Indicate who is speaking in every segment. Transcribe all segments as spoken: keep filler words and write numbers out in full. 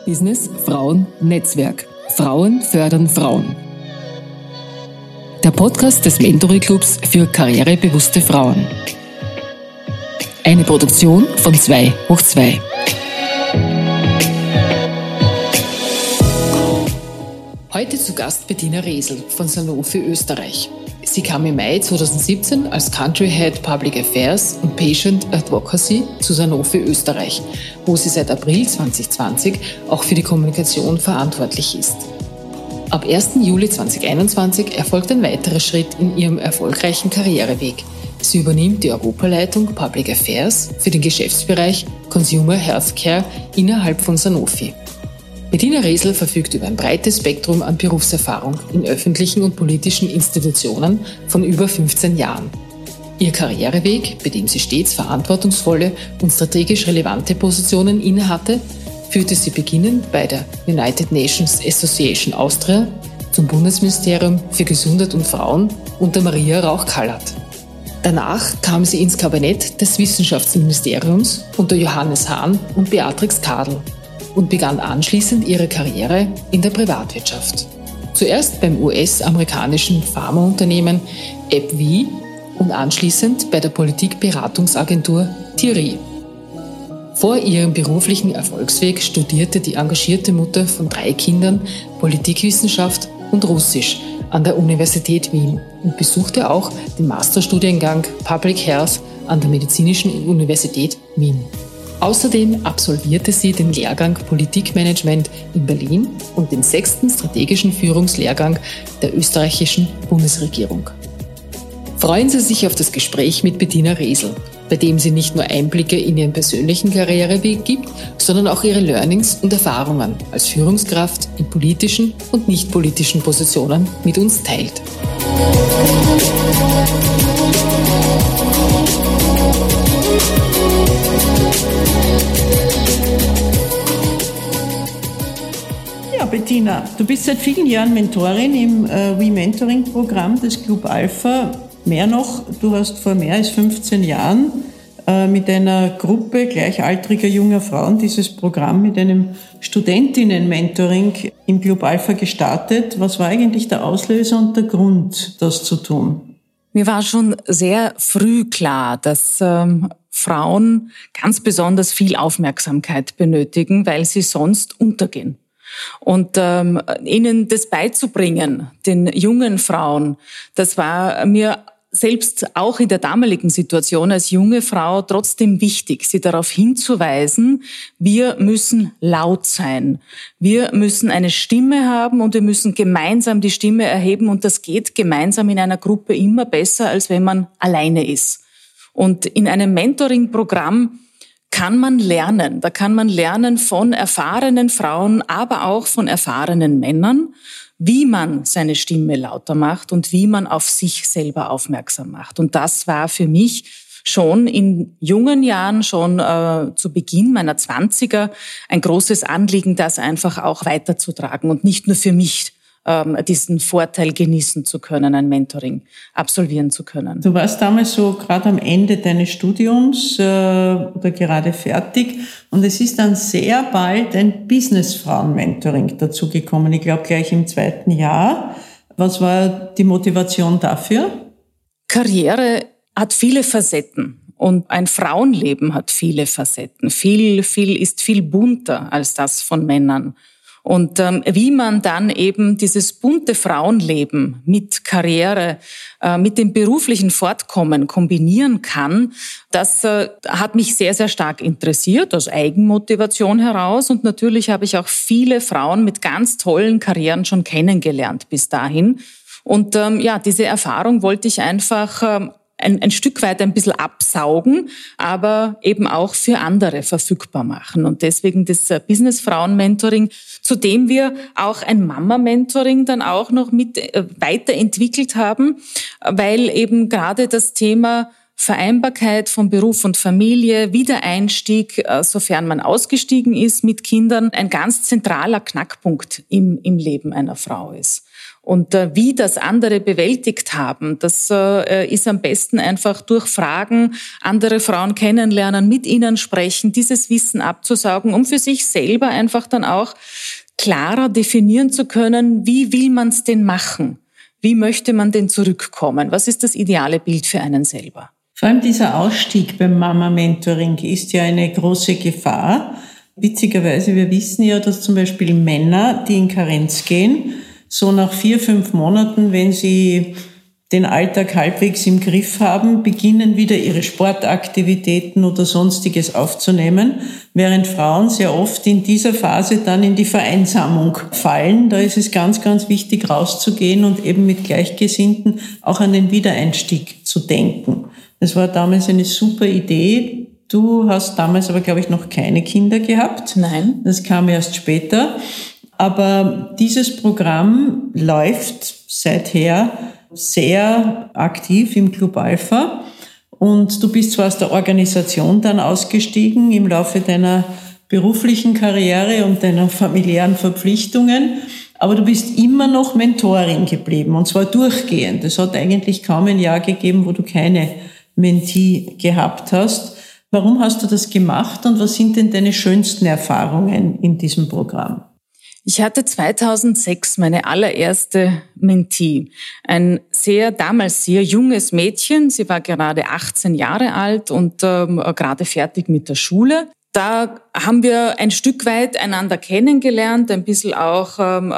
Speaker 1: Business Frauen Netzwerk. Frauen fördern Frauen. Der Podcast des Mentoring Clubs für karrierebewusste Frauen. Eine Produktion von zwei hoch zwei. Heute zu Gast Bettina Resl von Sanofi Österreich. Sie kam im Mai zweitausendsiebzehn als Country Head Public Affairs und Patient Advocacy zu Sanofi Österreich, wo sie seit April zweitausendzwanzig auch für die Kommunikation verantwortlich ist. Ab ersten Juli zweitausendeinundzwanzig erfolgt ein weiterer Schritt in ihrem erfolgreichen Karriereweg. Sie übernimmt die Europaleitung Public Affairs für den Geschäftsbereich Consumer Healthcare innerhalb von Sanofi. Bettina Resl verfügt über ein breites Spektrum an Berufserfahrung in öffentlichen und politischen Institutionen von über fünfzehn Jahren. Ihr Karriereweg, bei dem sie stets verantwortungsvolle und strategisch relevante Positionen innehatte, führte sie beginnend bei der United Nations Association Austria zum Bundesministerium für Gesundheit und Frauen unter Maria Rauch-Kallert. Danach kam sie ins Kabinett des Wissenschaftsministeriums unter Johannes Hahn und Beatrix Kadel und begann anschließend ihre Karriere in der Privatwirtschaft. Zuerst beim U S-amerikanischen Pharmaunternehmen AbbVie und anschließend bei der Politikberatungsagentur Thierry. Vor ihrem beruflichen Erfolgsweg studierte die engagierte Mutter von drei Kindern Politikwissenschaft und Russisch an der Universität Wien und besuchte auch den Masterstudiengang Public Health an der Medizinischen Universität Wien. Außerdem absolvierte sie den Lehrgang Politikmanagement in Berlin und den sechsten strategischen Führungslehrgang der österreichischen Bundesregierung. Freuen Sie sich auf das Gespräch mit Bettina Resl, bei dem sie nicht nur Einblicke in ihren persönlichen Karriereweg gibt, sondern auch ihre Learnings und Erfahrungen als Führungskraft in politischen und nicht politischen Positionen mit uns teilt.
Speaker 2: Ja, Bettina, du bist seit vielen Jahren Mentorin im äh, We-Mentoring-Programm des Club Alpha. Mehr noch, du hast vor mehr als fünfzehn Jahren äh, mit einer Gruppe gleichaltriger junger Frauen dieses Programm mit einem Studentinnen-Mentoring im Club Alpha gestartet. Was war eigentlich der Auslöser und der Grund, das zu tun?
Speaker 3: Mir war schon sehr früh klar, dass ähm, Frauen ganz besonders viel Aufmerksamkeit benötigen, weil sie sonst untergehen. Und ähm, ihnen das beizubringen, den jungen Frauen, das war mir selbst auch in der damaligen Situation als junge Frau trotzdem wichtig, sie darauf hinzuweisen, wir müssen laut sein. Wir müssen eine Stimme haben und wir müssen gemeinsam die Stimme erheben und das geht gemeinsam in einer Gruppe immer besser, als wenn man alleine ist. Und in einem Mentoring-Programm kann man lernen. Da kann man lernen von erfahrenen Frauen, aber auch von erfahrenen Männern, wie man seine Stimme lauter macht und wie man auf sich selber aufmerksam macht. Und das war für mich schon in jungen Jahren, schon äh, zu Beginn meiner Zwanziger, ein großes Anliegen, das einfach auch weiterzutragen und nicht nur für mich ähm, diesen Vorteil genießen zu können, ein Mentoring absolvieren zu können.
Speaker 2: Du warst damals so gerade am Ende deines Studiums äh, oder gerade fertig und es ist dann sehr bald ein Business-Frauen-Mentoring dazu gekommen, ich glaube gleich im zweiten Jahr. Was war die Motivation dafür?
Speaker 3: Karriere hat viele Facetten und ein Frauenleben hat viele Facetten. Viel, viel ist viel bunter als das von Männern. Und ähm, wie man dann eben dieses bunte Frauenleben mit Karriere, äh, mit dem beruflichen Fortkommen kombinieren kann, das äh, hat mich sehr, sehr stark interessiert, aus Eigenmotivation heraus. Und natürlich habe ich auch viele Frauen mit ganz tollen Karrieren schon kennengelernt bis dahin. Und ähm, ja, diese Erfahrung wollte ich einfach ähm, Ein, ein Stück weit ein bisschen absaugen, aber eben auch für andere verfügbar machen. Und deswegen das Business-Frauen-Mentoring, zu dem wir auch ein Mama-Mentoring dann auch noch mit äh, weiterentwickelt haben, weil eben gerade das Thema Vereinbarkeit von Beruf und Familie, Wiedereinstieg, äh, sofern man ausgestiegen ist mit Kindern, ein ganz zentraler Knackpunkt im, im Leben einer Frau ist. Und äh, wie das andere bewältigt haben, das äh, ist am besten einfach durch Fragen, andere Frauen kennenlernen, mit ihnen sprechen, dieses Wissen abzusaugen, um für sich selber einfach dann auch klarer definieren zu können, wie will man es denn machen? Wie möchte man denn zurückkommen? Was ist das ideale Bild für einen selber?
Speaker 2: Vor allem dieser Ausstieg beim Mama-Mentoring ist ja eine große Gefahr. Witzigerweise, wir wissen ja, dass zum Beispiel Männer, die in Karenz gehen, so nach vier, fünf Monaten, wenn sie den Alltag halbwegs im Griff haben, beginnen wieder ihre Sportaktivitäten oder Sonstiges aufzunehmen, während Frauen sehr oft in dieser Phase dann in die Vereinsamung fallen. Da ist es ganz, ganz wichtig, rauszugehen und eben mit Gleichgesinnten auch an den Wiedereinstieg zu denken. Das war damals eine super Idee. Du hast damals aber, glaube ich, noch keine Kinder gehabt.
Speaker 3: Nein.
Speaker 2: Das kam erst später. Aber dieses Programm läuft seither sehr aktiv im Club Alpha. Und du bist zwar aus der Organisation dann ausgestiegen im Laufe deiner beruflichen Karriere und deiner familiären Verpflichtungen, aber du bist immer noch Mentorin geblieben, und zwar durchgehend. Es hat eigentlich kaum ein Jahr gegeben, wo du keine Mentee gehabt hast. Warum hast du das gemacht und was sind denn deine schönsten Erfahrungen in diesem Programm?
Speaker 3: Ich hatte zweitausendsechs meine allererste Mentee. Ein sehr, damals sehr junges Mädchen. Sie war gerade achtzehn Jahre alt und ähm, gerade fertig mit der Schule. Da haben wir ein Stück weit einander kennengelernt, ein bisschen auch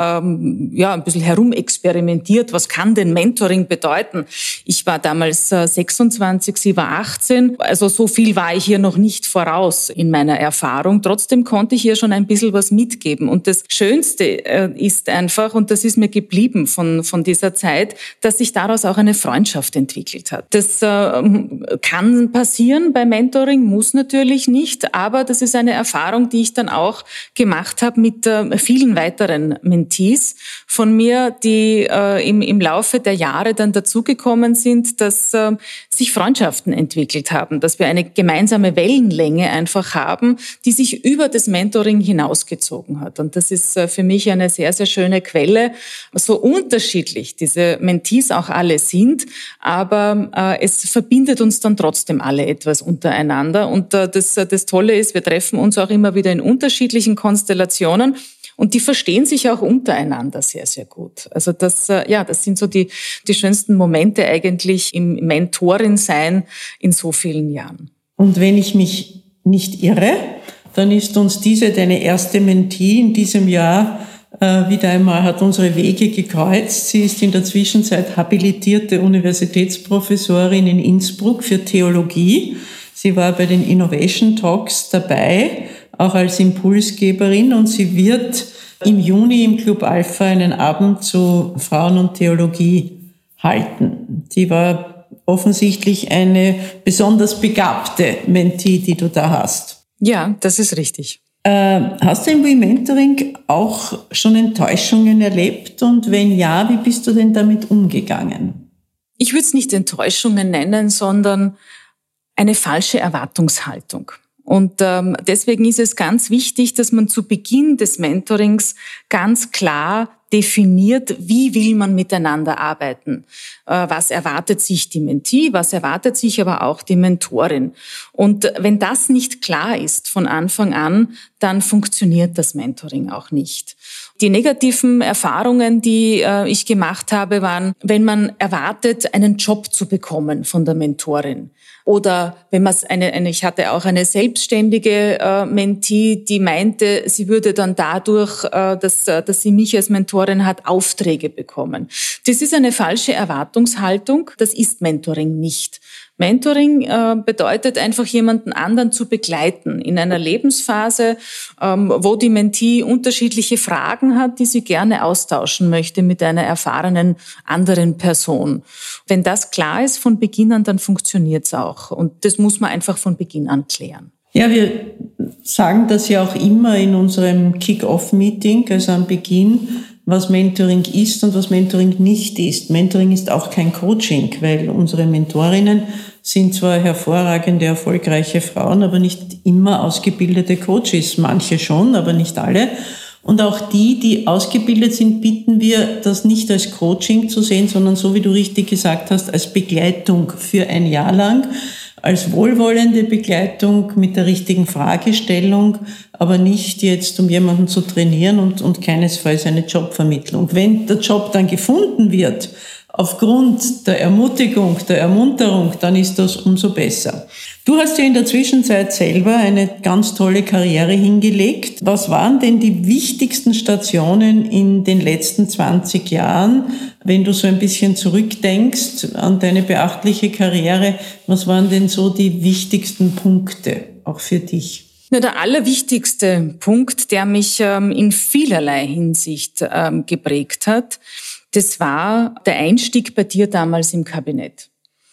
Speaker 3: ähm, ja ein bisschen herumexperimentiert. Was kann denn Mentoring bedeuten? Ich war damals äh, sechsundzwanzig, sie war achtzehn. Also so viel war ich hier noch nicht voraus in meiner Erfahrung. Trotzdem konnte ich ihr schon ein bisschen was mitgeben. Und das Schönste äh, ist einfach, und das ist mir geblieben von von dieser Zeit, dass sich daraus auch eine Freundschaft entwickelt hat. Das äh, kann passieren bei Mentoring, muss natürlich nicht, aber das ist eine Erfahrung, die ich dann auch gemacht habe mit äh, vielen weiteren Mentees von mir, die äh, im, im Laufe der Jahre dann dazugekommen sind, dass äh, sich Freundschaften entwickelt haben, dass wir eine gemeinsame Wellenlänge einfach haben, die sich über das Mentoring hinausgezogen hat. Und das ist äh, für mich eine sehr, sehr schöne Quelle, so unterschiedlich diese Mentees auch alle sind, aber äh, es verbindet uns dann trotzdem alle etwas untereinander. Und äh, das, das Tolle ist, wir treffen uns auch immer wieder in unterschiedlichen Konstellationen und die verstehen sich auch untereinander sehr, sehr gut. Also das, ja, das sind so die, die schönsten Momente eigentlich im Mentorin-Sein in so vielen Jahren.
Speaker 2: Und wenn ich mich nicht irre, dann ist uns diese, deine erste Mentee in diesem Jahr äh, wieder einmal, hat unsere Wege gekreuzt. Sie ist in der Zwischenzeit habilitierte Universitätsprofessorin in Innsbruck für Theologie. Sie war bei den Innovation Talks dabei, auch als Impulsgeberin, und sie wird im Juni im Club Alpha einen Abend zu Frauen und Theologie halten. Sie war offensichtlich eine besonders begabte Mentee, die du da hast.
Speaker 3: Ja, das ist richtig.
Speaker 2: Äh, hast du im WeMentoring auch schon Enttäuschungen erlebt? Und wenn ja, wie bist du denn damit umgegangen?
Speaker 3: Ich würde es nicht Enttäuschungen nennen, sondern eine falsche Erwartungshaltung. Und ähm, deswegen ist es ganz wichtig, dass man zu Beginn des Mentorings ganz klar definiert, wie will man miteinander arbeiten. Äh, was erwartet sich die Mentee, was erwartet sich aber auch die Mentorin. Und wenn das nicht klar ist von Anfang an, dann funktioniert das Mentoring auch nicht. Die negativen Erfahrungen, die äh, ich gemacht habe, waren, wenn man erwartet, einen Job zu bekommen von der Mentorin. Oder wenn man eine, eine, ich hatte auch eine selbstständige äh, Mentee, die meinte, sie würde dann dadurch, äh, dass, dass sie mich als Mentorin hat, Aufträge bekommen. Das ist eine falsche Erwartungshaltung. Das ist Mentoring nicht. Mentoring äh, bedeutet einfach, jemanden anderen zu begleiten in einer Lebensphase, ähm, wo die Mentee unterschiedliche Fragen hat, die sie gerne austauschen möchte mit einer erfahrenen anderen Person. Wenn das klar ist von Beginn an, dann funktioniert es auch. Und das muss man einfach von Beginn an klären.
Speaker 2: Ja, wir sagen das ja auch immer in unserem Kick-Off-Meeting, also am Beginn, was Mentoring ist und was Mentoring nicht ist. Mentoring ist auch kein Coaching, weil unsere Mentorinnen sind zwar hervorragende, erfolgreiche Frauen, aber nicht immer ausgebildete Coaches. Manche schon, aber nicht alle. Und auch die, die ausgebildet sind, bitten wir, das nicht als Coaching zu sehen, sondern so wie du richtig gesagt hast, als Begleitung für ein Jahr lang, als wohlwollende Begleitung mit der richtigen Fragestellung, aber nicht jetzt, um jemanden zu trainieren und, und keinesfalls eine Jobvermittlung. Wenn der Job dann gefunden wird, aufgrund der Ermutigung, der Ermunterung, dann ist das umso besser. Du hast ja in der Zwischenzeit selber eine ganz tolle Karriere hingelegt. Was waren denn die wichtigsten Stationen in den letzten zwanzig Jahren? Wenn du so ein bisschen zurückdenkst an deine beachtliche Karriere, was waren denn so die wichtigsten Punkte auch für dich?
Speaker 3: Ja, der allerwichtigste Punkt, der mich ähm, in vielerlei Hinsicht ähm, geprägt hat, das war der Einstieg bei dir damals im Kabinett.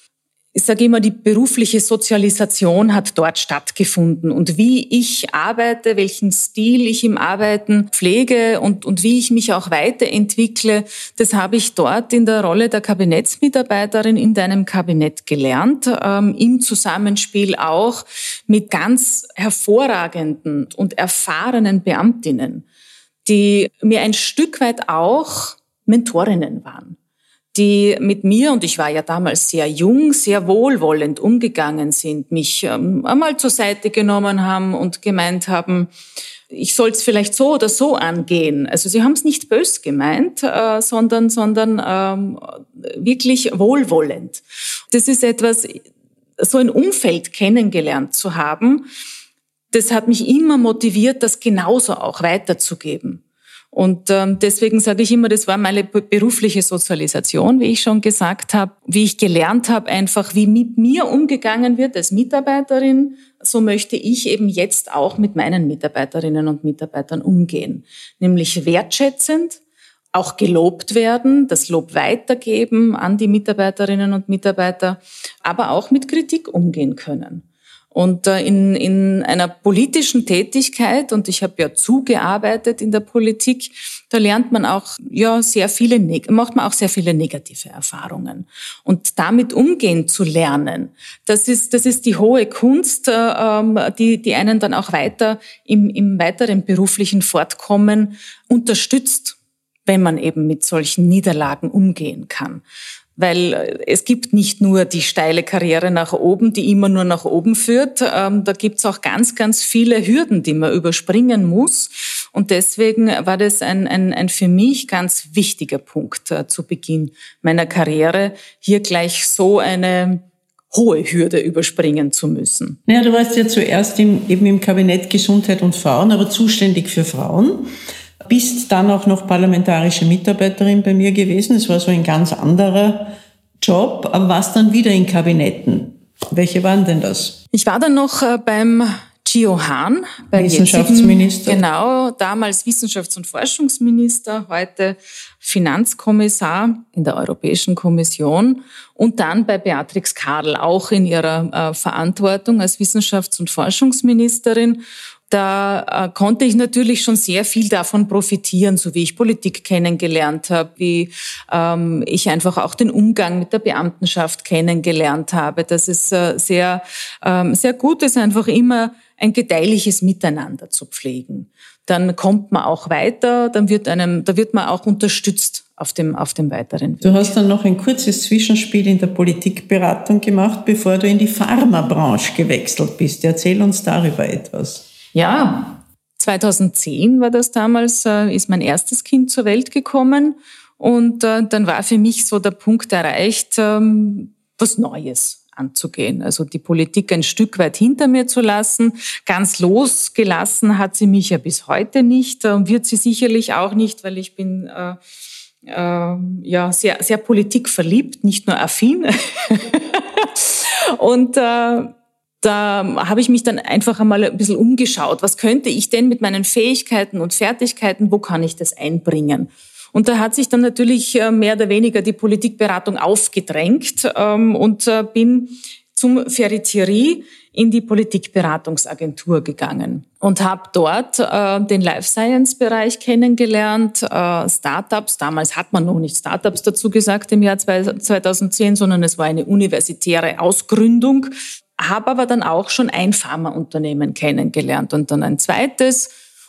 Speaker 3: Ich sage immer, die berufliche Sozialisation hat dort stattgefunden. Und wie ich arbeite, welchen Stil ich im Arbeiten pflege und, und wie ich mich auch weiterentwickle, das habe ich dort in der Rolle der Kabinettsmitarbeiterin in deinem Kabinett gelernt, ähm, im Zusammenspiel auch mit ganz hervorragenden und erfahrenen Beamtinnen, die mir ein Stück weit auch Mentorinnen waren, die mit mir, und ich war ja damals sehr jung, sehr wohlwollend umgegangen sind, mich ähm, einmal zur Seite genommen haben und gemeint haben, ich soll es vielleicht so oder so angehen. Also sie haben es nicht bös gemeint, äh, sondern, sondern ähm, wirklich wohlwollend. Das ist etwas, so ein Umfeld kennengelernt zu haben, das hat mich immer motiviert, das genauso auch weiterzugeben. Und ähm, deswegen sage ich immer, das war meine berufliche Sozialisation, wie ich schon gesagt habe, wie ich gelernt habe, einfach wie mit mir umgegangen wird als Mitarbeiterin, so möchte ich eben jetzt auch mit meinen Mitarbeiterinnen und Mitarbeitern umgehen. Nämlich wertschätzend, auch gelobt werden, das Lob weitergeben an die Mitarbeiterinnen und Mitarbeiter, aber auch mit Kritik umgehen können. Und in, in einer politischen Tätigkeit, und ich habe ja zugearbeitet in der Politik, da lernt man auch ja sehr viele, macht man auch sehr viele negative Erfahrungen. Und damit umgehen zu lernen, das ist, das ist die hohe Kunst, äh, die, die einen dann auch weiter im, im weiteren beruflichen Fortkommen unterstützt, wenn man eben mit solchen Niederlagen umgehen kann. Weil es gibt nicht nur die steile Karriere nach oben, die immer nur nach oben führt. Ähm, da gibt's auch ganz, ganz viele Hürden, die man überspringen muss. Und deswegen war das ein, ein, ein für mich ganz wichtiger Punkt äh, zu Beginn meiner Karriere, hier gleich so eine hohe Hürde überspringen zu müssen.
Speaker 2: Ja, du warst ja zuerst im, eben im Kabinett Gesundheit und Frauen, aber zuständig für Frauen. Bist dann auch noch parlamentarische Mitarbeiterin bei mir gewesen. Es war so ein ganz anderer Job, aber warst dann wieder in Kabinetten. Welche waren denn das?
Speaker 3: Ich war dann noch äh, beim Gio Hahn, beim
Speaker 2: Wissenschaftsminister.
Speaker 3: Jetzigen, genau, damals Wissenschafts- und Forschungsminister, heute Finanzkommissar in der Europäischen Kommission, und dann bei Beatrix Kadel, auch in ihrer äh, Verantwortung als Wissenschafts- und Forschungsministerin. Da äh, konnte ich natürlich schon sehr viel davon profitieren, so wie ich Politik kennengelernt habe, wie ähm, ich einfach auch den Umgang mit der Beamtenschaft kennengelernt habe, dass es äh, sehr, ähm, sehr gut ist, einfach immer ein gedeihliches Miteinander zu pflegen. Dann kommt man auch weiter, dann wird einem, da wird man auch unterstützt auf dem, auf dem weiteren Weg.
Speaker 2: Du hast dann noch ein kurzes Zwischenspiel in der Politikberatung gemacht, bevor du in die Pharmabranche gewechselt bist. Erzähl uns darüber etwas.
Speaker 3: Ja, zweitausendzehn war das damals, äh, ist mein erstes Kind zur Welt gekommen, und äh, dann war für mich so der Punkt erreicht, ähm, was Neues anzugehen. Also die Politik ein Stück weit hinter mir zu lassen. Ganz losgelassen hat sie mich ja bis heute nicht, äh, wird sie sicherlich auch nicht, weil ich bin äh, äh, ja sehr, sehr politikverliebt, nicht nur affin. Und äh, da habe ich mich dann einfach einmal ein bisschen umgeschaut. Was könnte ich denn mit meinen Fähigkeiten und Fertigkeiten, wo kann ich das einbringen? Und da hat sich dann natürlich mehr oder weniger die Politikberatung aufgedrängt, und bin zum Ferry in die Politikberatungsagentur gegangen und habe dort äh, den Life-Science-Bereich kennengelernt, äh, Startups. Damals hat man noch nicht Startups dazu gesagt im Jahr zweitausendzehn, sondern es war eine universitäre Ausgründung. Habe aber dann auch schon ein Pharmaunternehmen kennengelernt und dann ein zweites.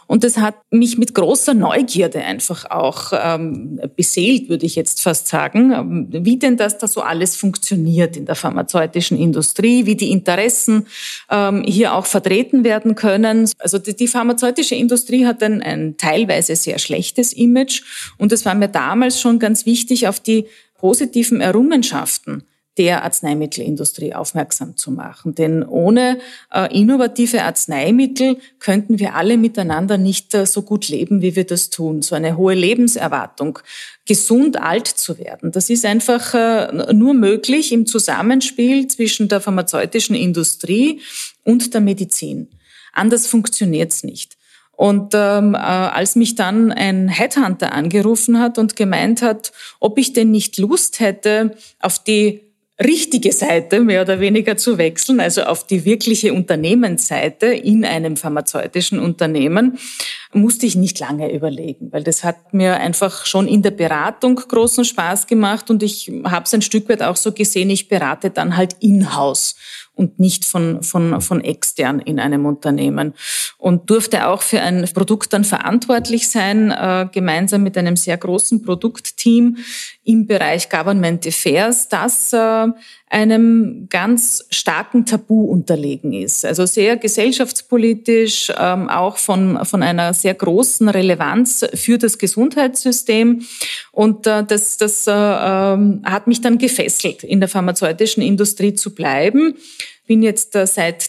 Speaker 3: Und das hat mich mit großer Neugierde einfach auch ähm, beseelt, würde ich jetzt fast sagen, wie denn das da so alles funktioniert in der pharmazeutischen Industrie, wie die Interessen ähm, hier auch vertreten werden können. Also die, die pharmazeutische Industrie hat ein, ein teilweise sehr schlechtes Image und es war mir damals schon ganz wichtig, auf die positiven Errungenschaften der Arzneimittelindustrie aufmerksam zu machen. Denn ohne äh, innovative Arzneimittel könnten wir alle miteinander nicht äh, so gut leben, wie wir das tun. So eine hohe Lebenserwartung, gesund alt zu werden, das ist einfach äh, nur möglich im Zusammenspiel zwischen der pharmazeutischen Industrie und der Medizin. Anders funktioniert's nicht. Und ähm, äh, als mich dann ein Headhunter angerufen hat und gemeint hat, ob ich denn nicht Lust hätte, auf die richtige Seite mehr oder weniger zu wechseln, also auf die wirkliche Unternehmensseite in einem pharmazeutischen Unternehmen, musste ich nicht lange überlegen, weil das hat mir einfach schon in der Beratung großen Spaß gemacht und ich habe es ein Stück weit auch so gesehen, ich berate dann halt in-house und nicht von, von, von extern in einem Unternehmen. Und durfte auch für ein Produkt dann verantwortlich sein, äh, gemeinsam mit einem sehr großen Produktteam im Bereich Government Affairs, das äh, einem ganz starken Tabu unterlegen ist. Also sehr gesellschaftspolitisch, ähm, auch von, von einer sehr großen Relevanz für das Gesundheitssystem. Und äh, das, das äh, äh, hat mich dann gefesselt, in der pharmazeutischen Industrie zu bleiben. Bin jetzt äh, seit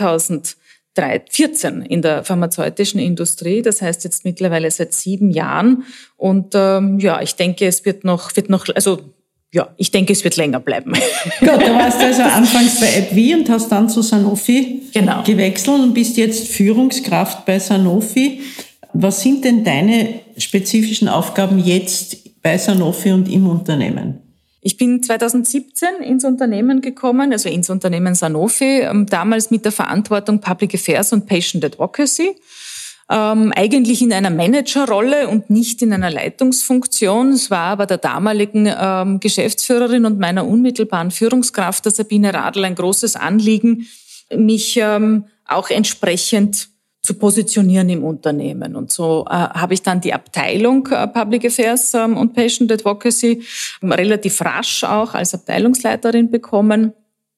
Speaker 3: zweitausendvierzehn in der pharmazeutischen Industrie, das heißt jetzt mittlerweile seit sieben Jahren. Und ähm, ja, ich denke, es wird noch, wird noch, also ja, ich denke, es wird länger bleiben.
Speaker 2: Gut, du warst also anfangs bei AbbVie und hast dann zu Sanofi
Speaker 3: genau.
Speaker 2: gewechselt und bist jetzt Führungskraft bei Sanofi. Was sind denn deine spezifischen Aufgaben jetzt bei Sanofi und im Unternehmen?
Speaker 3: Ich bin zweitausendsiebzehn ins Unternehmen gekommen, also ins Unternehmen Sanofi, damals mit der Verantwortung Public Affairs und Patient Advocacy. Ähm, eigentlich in einer Managerrolle und nicht in einer Leitungsfunktion. Es war aber der damaligen ähm, Geschäftsführerin und meiner unmittelbaren Führungskraft, der Sabine Radl, ein großes Anliegen, mich ähm, auch entsprechend zu positionieren im Unternehmen. Und so äh, habe ich dann die Abteilung äh, Public Affairs ähm, und Patient Advocacy ähm, relativ rasch auch als Abteilungsleiterin bekommen.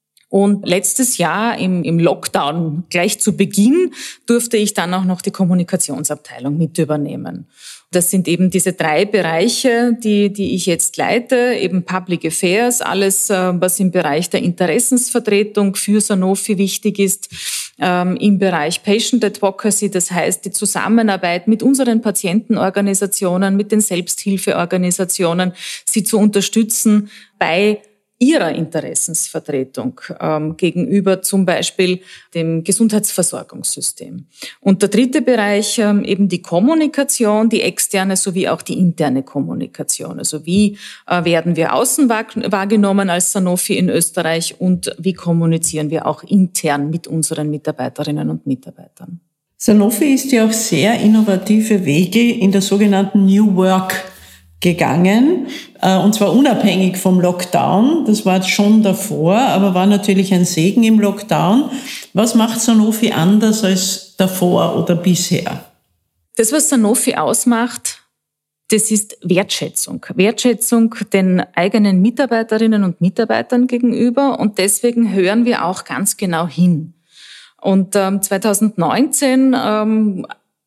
Speaker 3: Und letztes Jahr im, im Lockdown, gleich zu Beginn, durfte ich dann auch noch die Kommunikationsabteilung mit übernehmen. Das sind eben diese drei Bereiche, die, die ich jetzt leite, eben Public Affairs, alles, was im Bereich der Interessensvertretung für Sanofi wichtig ist, ähm, im Bereich Patient Advocacy, das heißt die Zusammenarbeit mit unseren Patientenorganisationen, mit den Selbsthilfeorganisationen, sie zu unterstützen bei ihrer Interessensvertretung ähm, gegenüber zum Beispiel dem Gesundheitsversorgungssystem. Und der dritte Bereich ähm, eben die Kommunikation, die externe sowie auch die interne Kommunikation. Also wie äh, werden wir außen wahrgenommen als Sanofi in Österreich und wie kommunizieren wir auch intern mit unseren Mitarbeiterinnen und Mitarbeitern.
Speaker 2: Sanofi ist ja auch sehr innovative Wege in der sogenannten New Work gegangen, und zwar unabhängig vom Lockdown. Das war schon davor, aber war natürlich ein Segen im Lockdown. Was macht Sanofi anders als davor oder bisher?
Speaker 3: Das, was Sanofi ausmacht, das ist Wertschätzung. Wertschätzung den eigenen Mitarbeiterinnen und Mitarbeitern gegenüber und deswegen hören wir auch ganz genau hin. Und ähm, zweitausendneunzehn ähm,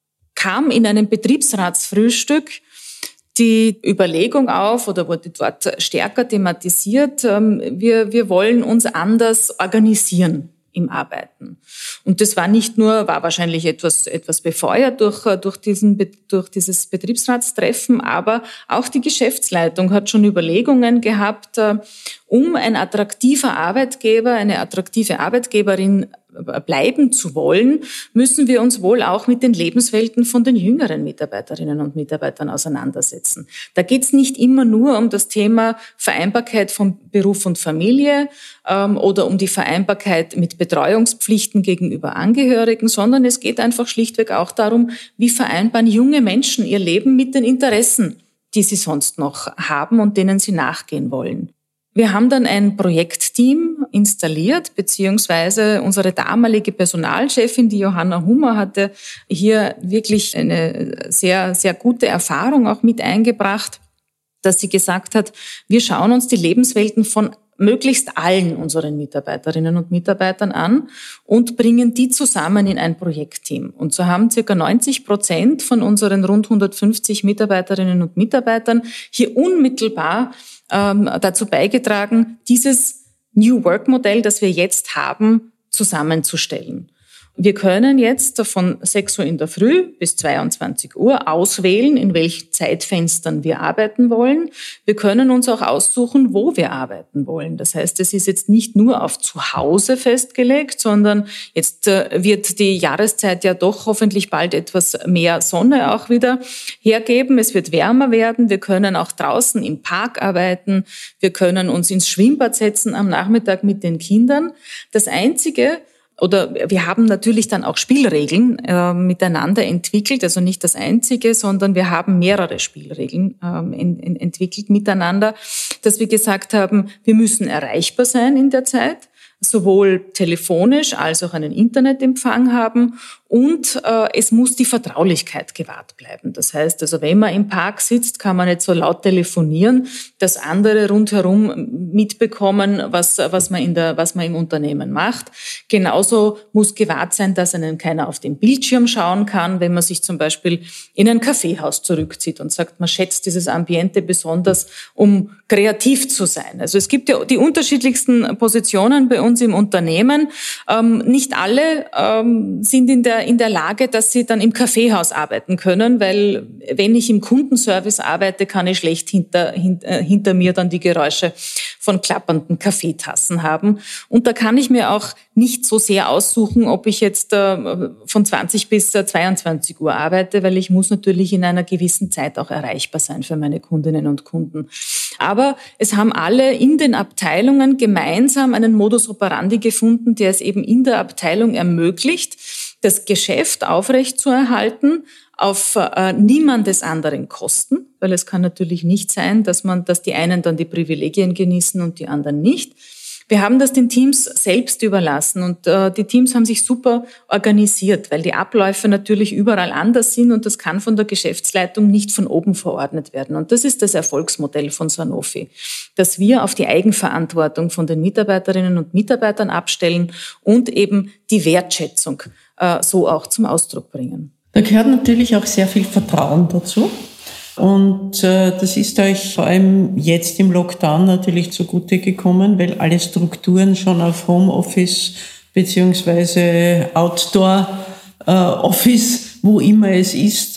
Speaker 3: kam in einem Betriebsratsfrühstück die Überlegung auf oder wurde dort stärker thematisiert, wir, wir wollen uns anders organisieren im Arbeiten. Und das war nicht nur, war wahrscheinlich etwas, etwas befeuert durch, durch diesen, durch dieses Betriebsratstreffen, aber auch die Geschäftsleitung hat schon Überlegungen gehabt, um ein attraktiver Arbeitgeber, eine attraktive Arbeitgeberin bleiben zu wollen, müssen wir uns wohl auch mit den Lebenswelten von den jüngeren Mitarbeiterinnen und Mitarbeitern auseinandersetzen. Da geht es nicht immer nur um das Thema Vereinbarkeit von Beruf und Familie ähm, oder um die Vereinbarkeit mit Betreuungspflichten gegenüber Angehörigen, sondern es geht einfach schlichtweg auch darum, wie vereinbaren junge Menschen ihr Leben mit den Interessen, die sie sonst noch haben und denen sie nachgehen wollen. Wir haben dann ein Projektteam installiert, beziehungsweise unsere damalige Personalchefin, die Johanna Hummer, hatte hier wirklich eine sehr, sehr gute Erfahrung auch mit eingebracht, dass sie gesagt hat, wir schauen uns die Lebenswelten von möglichst allen unseren Mitarbeiterinnen und Mitarbeitern an und bringen die zusammen in ein Projektteam. Und so haben circa neunzig Prozent von unseren rund hundertfünfzig Mitarbeiterinnen und Mitarbeitern hier unmittelbar ähm, dazu beigetragen, dieses New Work Modell, das wir jetzt haben, zusammenzustellen. Wir können jetzt von sechs Uhr in der Früh bis zweiundzwanzig Uhr auswählen, in welchen Zeitfenstern wir arbeiten wollen. Wir können uns auch aussuchen, wo wir arbeiten wollen. Das heißt, es ist jetzt nicht nur auf zu Hause festgelegt, sondern jetzt wird die Jahreszeit ja doch hoffentlich bald etwas mehr Sonne auch wieder hergeben. Es wird wärmer werden. Wir können auch draußen im Park arbeiten. Wir können uns ins Schwimmbad setzen am Nachmittag mit den Kindern. Das Einzige, oder wir haben natürlich dann auch Spielregeln äh, miteinander entwickelt, also nicht das Einzige, sondern wir haben mehrere Spielregeln ähm, in, in, entwickelt miteinander, dass wir gesagt haben, wir müssen erreichbar sein in der Zeit, sowohl telefonisch als auch einen Internetempfang haben und äh, es muss die Vertraulichkeit gewahrt bleiben. Das heißt, also wenn man im Park sitzt, kann man nicht so laut telefonieren, dass andere rundherum mitbekommen, was was man in der was man im Unternehmen macht. Genauso muss gewahrt sein, dass einen keiner auf den Bildschirm schauen kann, wenn man sich zum Beispiel in ein Kaffeehaus zurückzieht und sagt, man schätzt dieses Ambiente besonders, um kreativ zu sein. Also es gibt ja die unterschiedlichsten Positionen bei uns im Unternehmen. Ähm, nicht alle ähm, sind in der in der Lage, dass sie dann im Kaffeehaus arbeiten können, weil wenn ich im Kundenservice arbeite, kann ich schlecht hinter, hinter, hinter mir dann die Geräusche von klappernden Kaffeetassen haben. Und da kann ich mir auch nicht so sehr aussuchen, ob ich jetzt äh, von zwanzig bis zweiundzwanzig Uhr arbeite, weil ich muss natürlich in einer gewissen Zeit auch erreichbar sein für meine Kundinnen und Kunden. Aber es haben alle in den Abteilungen gemeinsam einen Modus operandi gefunden, der es eben in der Abteilung ermöglicht, das Geschäft aufrechtzuerhalten auf äh, niemandes anderen Kosten, weil es kann natürlich nicht sein, dass man, dass die einen dann die Privilegien genießen und die anderen nicht. Wir haben das den Teams selbst überlassen und äh, die Teams haben sich super organisiert, weil die Abläufe natürlich überall anders sind und das kann von der Geschäftsleitung nicht von oben verordnet werden. Und das ist das Erfolgsmodell von Sanofi, dass wir auf die Eigenverantwortung von den Mitarbeiterinnen und Mitarbeitern abstellen und eben die Wertschätzung äh, so auch zum Ausdruck bringen.
Speaker 2: Da gehört natürlich auch sehr viel Vertrauen dazu. Und äh, das ist euch vor allem jetzt im Lockdown natürlich zugute gekommen, weil alle Strukturen schon auf Homeoffice beziehungsweise Outdoor-Office, äh, wo immer es ist, äh,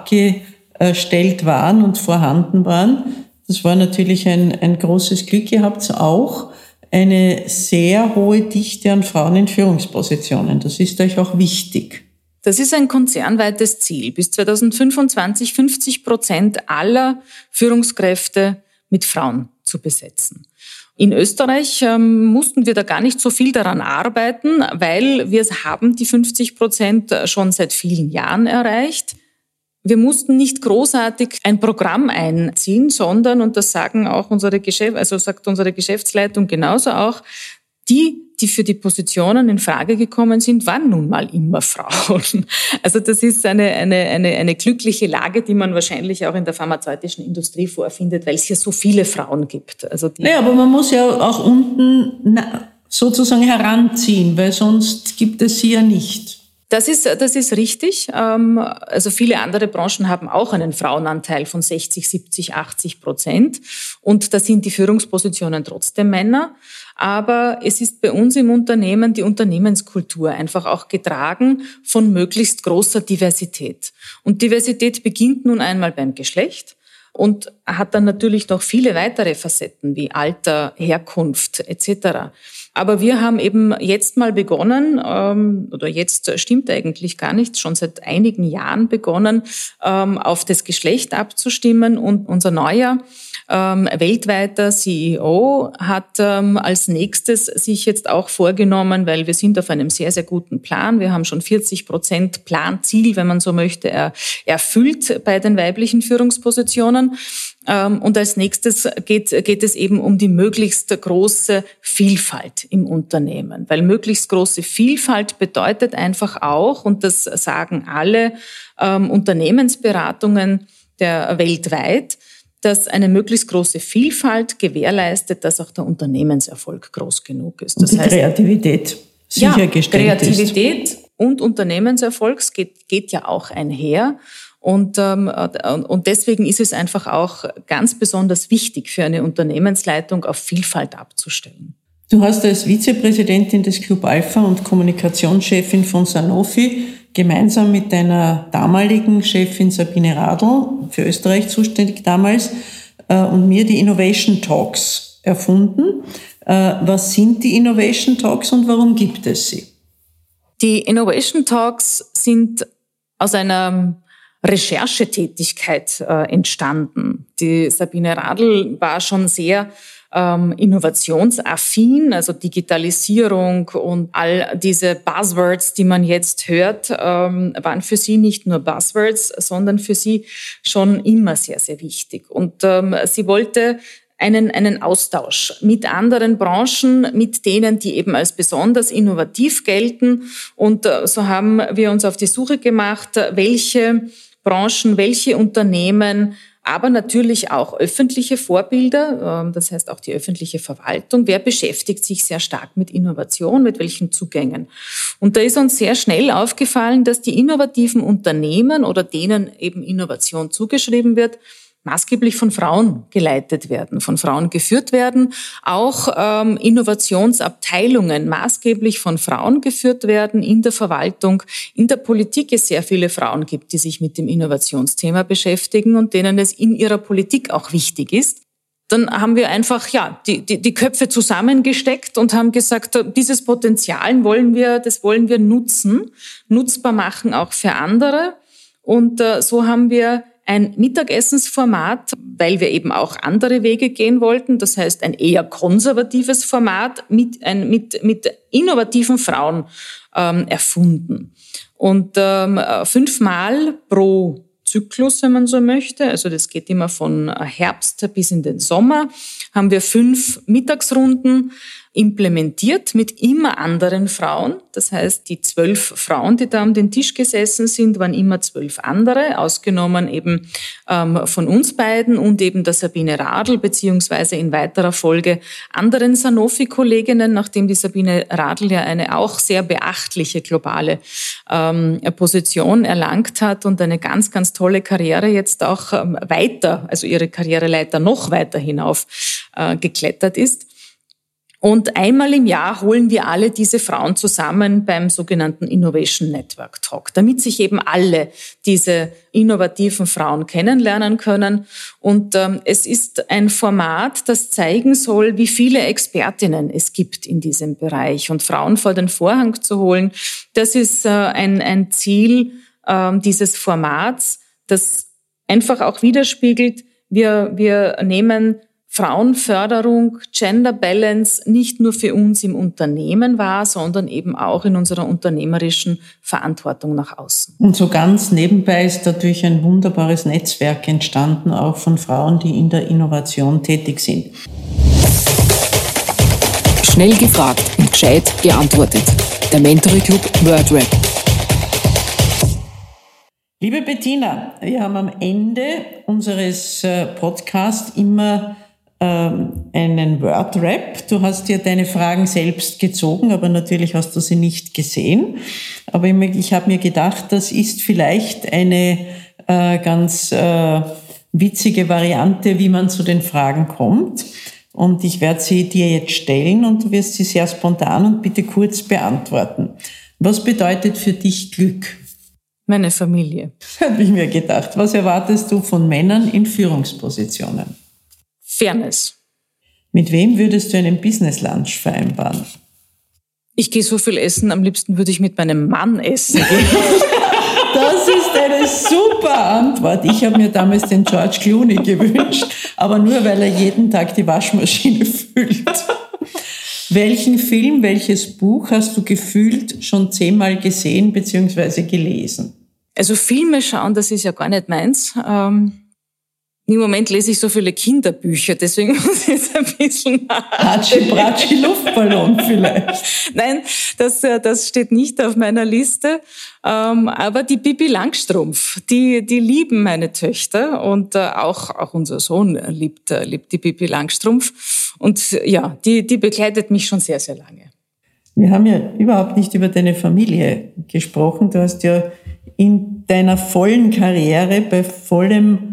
Speaker 2: abgestellt waren und vorhanden waren. Das war natürlich ein, ein großes Glück. Ihr habt auch eine sehr hohe Dichte an Frauen in Führungspositionen. Das ist euch auch wichtig.
Speaker 3: Das ist ein konzernweites Ziel. Bis zweitausendfünfundzwanzig fünfzig Prozent aller Führungskräfte mit Frauen zu besetzen. In Österreich ähm, mussten wir da gar nicht so viel daran arbeiten, weil wir haben die fünfzig Prozent schon seit vielen Jahren erreicht. Wir mussten nicht großartig ein Programm einziehen, sondern, und das sagen auch unsere Geschäft, also sagt unsere Geschäftsleitung genauso auch, die, die für die Positionen in Frage gekommen sind, waren nun mal immer Frauen. Also das ist eine, eine, eine, eine glückliche Lage, die man wahrscheinlich auch in der pharmazeutischen Industrie vorfindet, weil es hier so viele Frauen gibt. Also die naja,
Speaker 2: aber man muss ja auch unten sozusagen heranziehen, weil sonst gibt es sie ja nicht.
Speaker 3: Das ist, das ist richtig. Also viele andere Branchen haben auch einen Frauenanteil von sechzig, siebzig, achtzig Prozent. Und da sind die Führungspositionen trotzdem Männer. Aber es ist bei uns im Unternehmen die Unternehmenskultur einfach auch getragen von möglichst großer Diversität. Und Diversität beginnt nun einmal beim Geschlecht und hat dann natürlich noch viele weitere Facetten wie Alter, Herkunft et cetera. Aber wir haben eben jetzt mal begonnen, ähm, oder jetzt stimmt eigentlich gar nicht, schon seit einigen Jahren begonnen, ähm, auf das Geschlecht abzustimmen. Und unser neuer ähm, weltweiter C E O hat ähm, als nächstes sich jetzt auch vorgenommen, weil wir sind auf einem sehr, sehr guten Plan. Wir haben schon vierzig Prozent Planziel, wenn man so möchte, er, erfüllt bei den weiblichen Führungspositionen. Und als nächstes geht, geht es eben um die möglichst große Vielfalt im Unternehmen. Weil möglichst große Vielfalt bedeutet einfach auch, und das sagen alle ähm, Unternehmensberatungen der weltweit, dass eine möglichst große Vielfalt gewährleistet, dass auch der Unternehmenserfolg groß genug ist. Das
Speaker 2: und die
Speaker 3: heißt,
Speaker 2: Kreativität sichergestellt
Speaker 3: ja, Kreativität
Speaker 2: ist.
Speaker 3: Und Unternehmenserfolg geht, geht ja auch einher. Und, ähm, und deswegen ist es einfach auch ganz besonders wichtig für eine Unternehmensleitung, auf Vielfalt abzustellen.
Speaker 2: Du hast als Vizepräsidentin des Club Alpha und Kommunikationschefin von Sanofi gemeinsam mit deiner damaligen Chefin Sabine Radl, für Österreich zuständig damals, äh, und mir die Innovation Talks erfunden. Äh, was sind die Innovation Talks und warum gibt es sie?
Speaker 3: Die Innovation Talks sind aus einer Recherchetätigkeit äh, entstanden. Die Sabine Radl war schon sehr ähm, innovationsaffin, also Digitalisierung und all diese Buzzwords, die man jetzt hört, ähm, waren für sie nicht nur Buzzwords, sondern für sie schon immer sehr, sehr wichtig. Und ähm, sie wollte einen, einen Austausch mit anderen Branchen, mit denen, die eben als besonders innovativ gelten. Und äh, so haben wir uns auf die Suche gemacht, welche Branchen, welche Unternehmen, aber natürlich auch öffentliche Vorbilder, das heißt auch die öffentliche Verwaltung. Wer beschäftigt sich sehr stark mit Innovation, mit welchen Zugängen? Und da ist uns sehr schnell aufgefallen, dass die innovativen Unternehmen oder denen eben Innovation zugeschrieben wird, maßgeblich von Frauen geleitet werden, von Frauen geführt werden, auch ähm, Innovationsabteilungen maßgeblich von Frauen geführt werden in der Verwaltung, in der Politik es sehr viele Frauen gibt, die sich mit dem Innovationsthema beschäftigen und denen es in ihrer Politik auch wichtig ist. Dann haben wir einfach ja die, die, die Köpfe zusammengesteckt und haben gesagt, dieses Potenzial wollen wir, das wollen wir nutzen, nutzbar machen auch für andere. Und äh, so haben wir ein Mittagessensformat, weil wir eben auch andere Wege gehen wollten. Das heißt, ein eher konservatives Format mit, ein, mit, mit innovativen Frauen ähm, erfunden. Und ähm, fünfmal pro Zyklus, wenn man so möchte, also das geht immer von Herbst bis in den Sommer, haben wir fünf Mittagsrunden implementiert mit immer anderen Frauen. Das heißt, die zwölf Frauen, die da um den Tisch gesessen sind, waren immer zwölf andere, ausgenommen eben ähm, von uns beiden und eben der Sabine Radl, beziehungsweise in weiterer Folge anderen Sanofi-Kolleginnen, nachdem die Sabine Radl ja eine auch sehr beachtliche globale ähm, Position erlangt hat und eine ganz, ganz tolle Karriere jetzt auch ähm, weiter, also ihre Karriereleiter noch weiter hinauf äh, geklettert ist. Und einmal im Jahr holen wir alle diese Frauen zusammen beim sogenannten Innovation Network Talk, damit sich eben alle diese innovativen Frauen kennenlernen können. Und ähm, es ist ein Format, das zeigen soll, wie viele Expertinnen es gibt in diesem Bereich. Und Frauen vor den Vorhang zu holen, das ist äh, ein, ein Ziel äh, dieses Formats, das einfach auch widerspiegelt, wir, wir nehmen Frauenförderung, Gender Balance nicht nur für uns im Unternehmen wahr, sondern eben auch in unserer unternehmerischen Verantwortung nach außen.
Speaker 2: Und so ganz nebenbei ist dadurch ein wunderbares Netzwerk entstanden, auch von Frauen, die in der Innovation tätig sind.
Speaker 1: Schnell gefragt und gescheit geantwortet. Der Mentoring Club WordRap.
Speaker 2: Liebe Bettina, wir haben am Ende unseres Podcasts immer einen Word-Rap. Du hast dir deine Fragen selbst gezogen, aber natürlich hast du sie nicht gesehen. Aber ich habe mir gedacht, das ist vielleicht eine äh, ganz äh, witzige Variante, wie man zu den Fragen kommt. Und ich werde sie dir jetzt stellen und du wirst sie sehr spontan und bitte kurz beantworten. Was bedeutet für dich Glück?
Speaker 3: Meine Familie.
Speaker 2: Habe ich mir gedacht. Was erwartest du von Männern in Führungspositionen?
Speaker 3: Fairness.
Speaker 2: Mit wem würdest du einen Business-Lunch vereinbaren?
Speaker 3: Ich gehe so viel essen, am liebsten würde ich mit meinem Mann essen gehen.
Speaker 2: Das ist eine super Antwort. Ich habe mir damals den George Clooney gewünscht, aber nur, weil er jeden Tag die Waschmaschine füllt. Welchen Film, welches Buch hast du gefühlt schon zehnmal gesehen bzw. gelesen?
Speaker 3: Also Filme schauen, das ist ja gar nicht meins. Ähm Im Moment lese ich so viele Kinderbücher, deswegen muss ich jetzt ein bisschen...
Speaker 2: Hatschi-Bratschi Luftballon vielleicht.
Speaker 3: Nein, das, das steht nicht auf meiner Liste. Aber die Pippi Langstrumpf, die, die lieben meine Töchter und auch, auch unser Sohn liebt, liebt die Pippi Langstrumpf. Und ja, die, die begleitet mich schon sehr, sehr lange.
Speaker 2: Wir haben ja überhaupt nicht über deine Familie gesprochen. Du hast ja in deiner vollen Karriere, bei vollem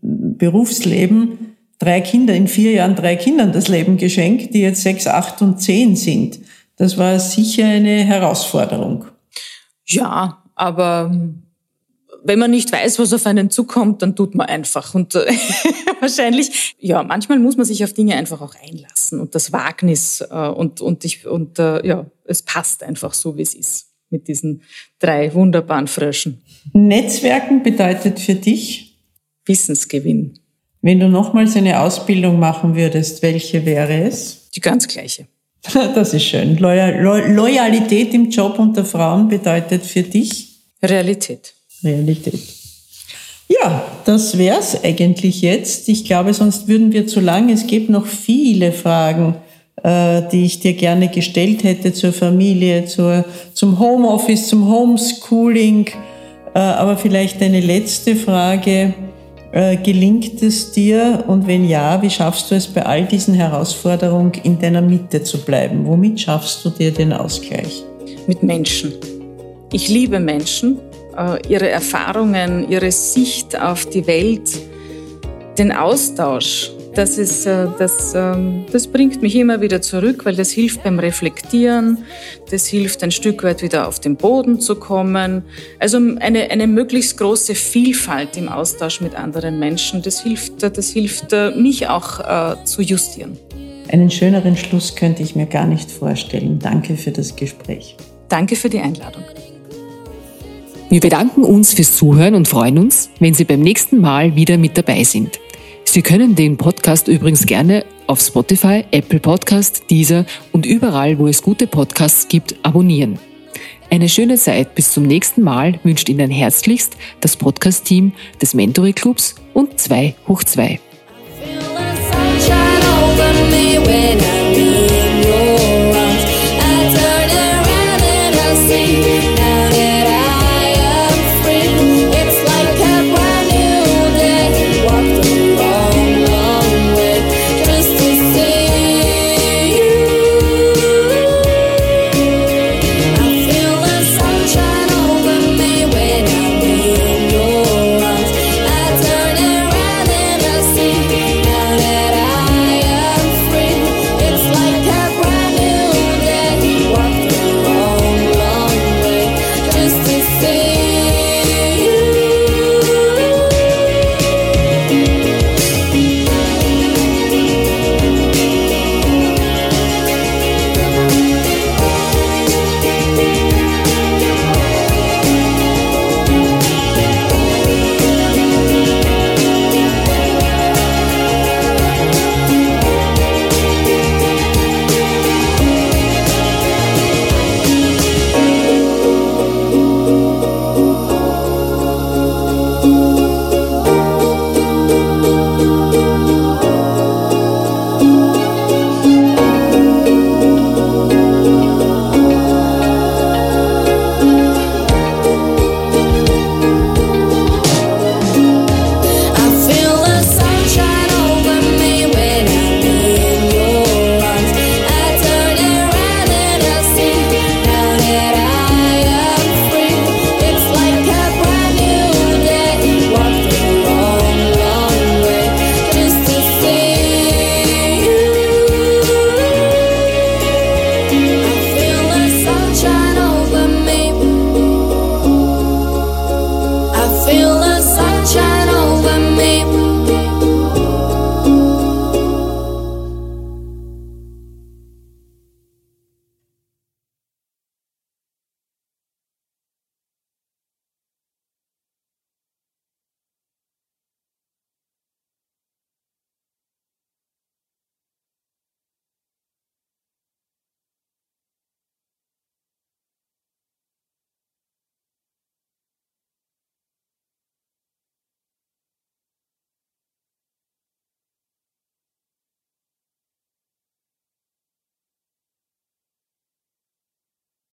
Speaker 2: Berufsleben, drei Kinder, in vier Jahren drei Kindern das Leben geschenkt, die jetzt sechs, acht und zehn sind. Das war sicher eine Herausforderung.
Speaker 3: Ja, aber wenn man nicht weiß, was auf einen zukommt, dann tut man einfach. Und äh, wahrscheinlich, ja, manchmal muss man sich auf Dinge einfach auch einlassen und das Wagnis äh, und und ich und äh, ja, es passt einfach so, wie es ist mit diesen drei wunderbaren Fröschen.
Speaker 2: Netzwerken bedeutet für dich
Speaker 3: Wissensgewinn.
Speaker 2: Wenn du nochmals eine Ausbildung machen würdest, welche wäre es?
Speaker 3: Die ganz gleiche.
Speaker 2: Das ist schön. Loyal, Lo- Loyalität im Job unter Frauen bedeutet für dich?
Speaker 3: Realität.
Speaker 2: Realität. Ja, das wär's eigentlich jetzt. Ich glaube, sonst würden wir zu lang. Es gibt noch viele Fragen, äh, die ich dir gerne gestellt hätte zur Familie, zur, zum Homeoffice, zum Homeschooling. Äh, aber vielleicht eine letzte Frage. Äh, gelingt es dir? Und wenn ja, wie schaffst du es bei all diesen Herausforderungen in deiner Mitte zu bleiben? Womit schaffst du dir den Ausgleich?
Speaker 3: Mit Menschen. Ich liebe Menschen, äh, ihre Erfahrungen, ihre Sicht auf die Welt, den Austausch. Das ist, äh, das, äh, das bringt mich immer wieder zurück, weil das hilft beim Reflektieren, das hilft ein Stück weit wieder auf den Boden zu kommen. Also eine, eine möglichst große Vielfalt im Austausch mit anderen Menschen, das hilft, das hilft äh, mich auch äh, zu justieren.
Speaker 2: Einen schöneren Schluss könnte ich mir gar nicht vorstellen. Danke für das Gespräch.
Speaker 3: Danke für die Einladung.
Speaker 1: Wir bedanken uns fürs Zuhören und freuen uns, wenn Sie beim nächsten Mal wieder mit dabei sind. Sie können den Podcast übrigens gerne auf Spotify, Apple Podcast, Deezer und überall, wo es gute Podcasts gibt, abonnieren. Eine schöne Zeit bis zum nächsten Mal wünscht Ihnen herzlichst das Podcast-Team des Mentoring Clubs und zwei hoch zwei.
Speaker 4: Feel the sunshine over me when I